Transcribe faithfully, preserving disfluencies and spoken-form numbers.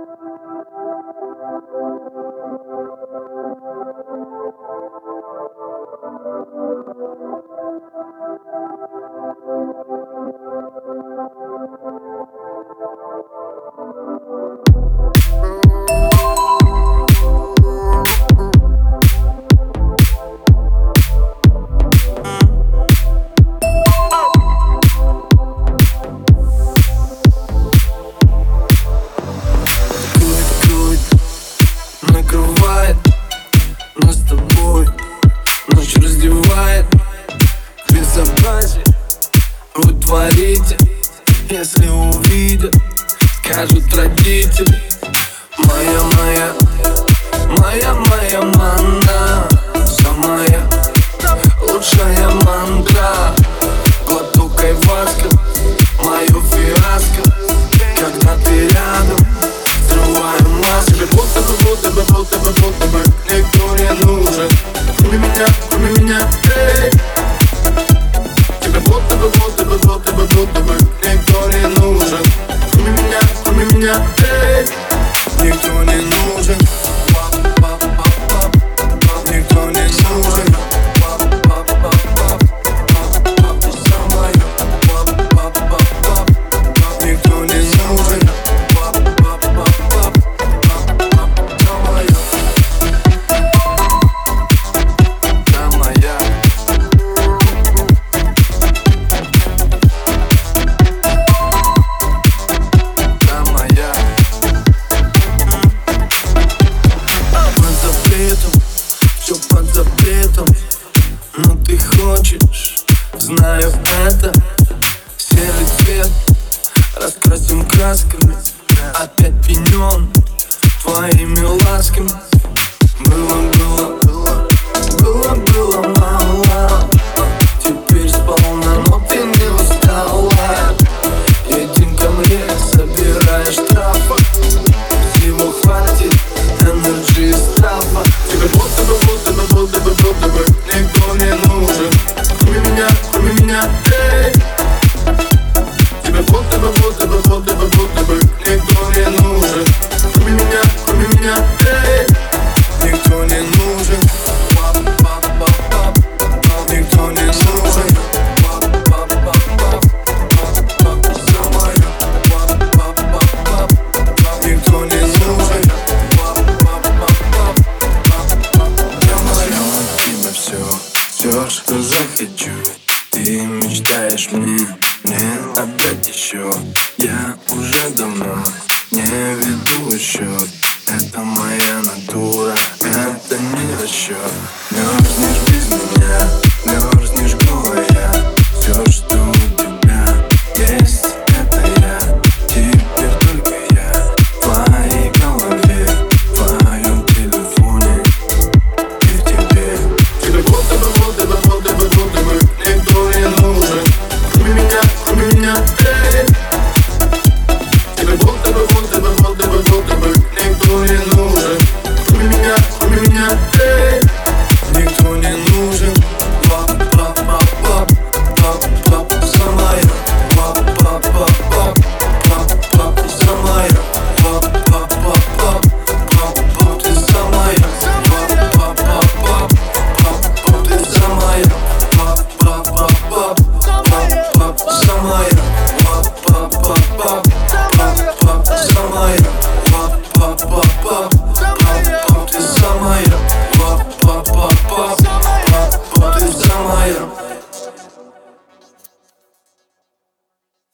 Накрывает нас с тобой, ночь раздевает. В безопасе вы творите, если увидят, скажут родители. Моя, моя, моя, моя манна, самая лучшая мантра. Глоток айваска, мое фиаско, когда ты рядом, взрываем маски. Будто бы, будто бы, будто бы, будто бы никто не нужен, кроме меня, кроме меня, эй. Тебе будто бы, будто бы, будто бы, будто бы никто не нужен, кроме меня, кроме меня, эй. Никто не нужен, никто не нужен. Никто не нужен. Все под запретом, но ты хочешь, знаю это. Серый цвет раскрасим красками, опять пьянен твоими ласками. Было, было, было, было, было мало, теперь сполна, но ты не устала. Едем ко мне, собирая штрафы, всего хватит энерджи и страфа. Тебе будто бы, будто бы, будто бы, будто бы никто не нужен, кроме меня, кроме меня, эй. Тебе будто бы, будто бы, будто бы, будто бы никто не нужен, кроме меня, кроме меня, эй. Никто не нужен, никто не нужен. Никто не нужен. Все, что захочу, ты мечтаешь мне, мне отдать еще. Я уже давно не веду счет, это моя натура, это не расчет. Мерзнешь без меня, мерзнешь.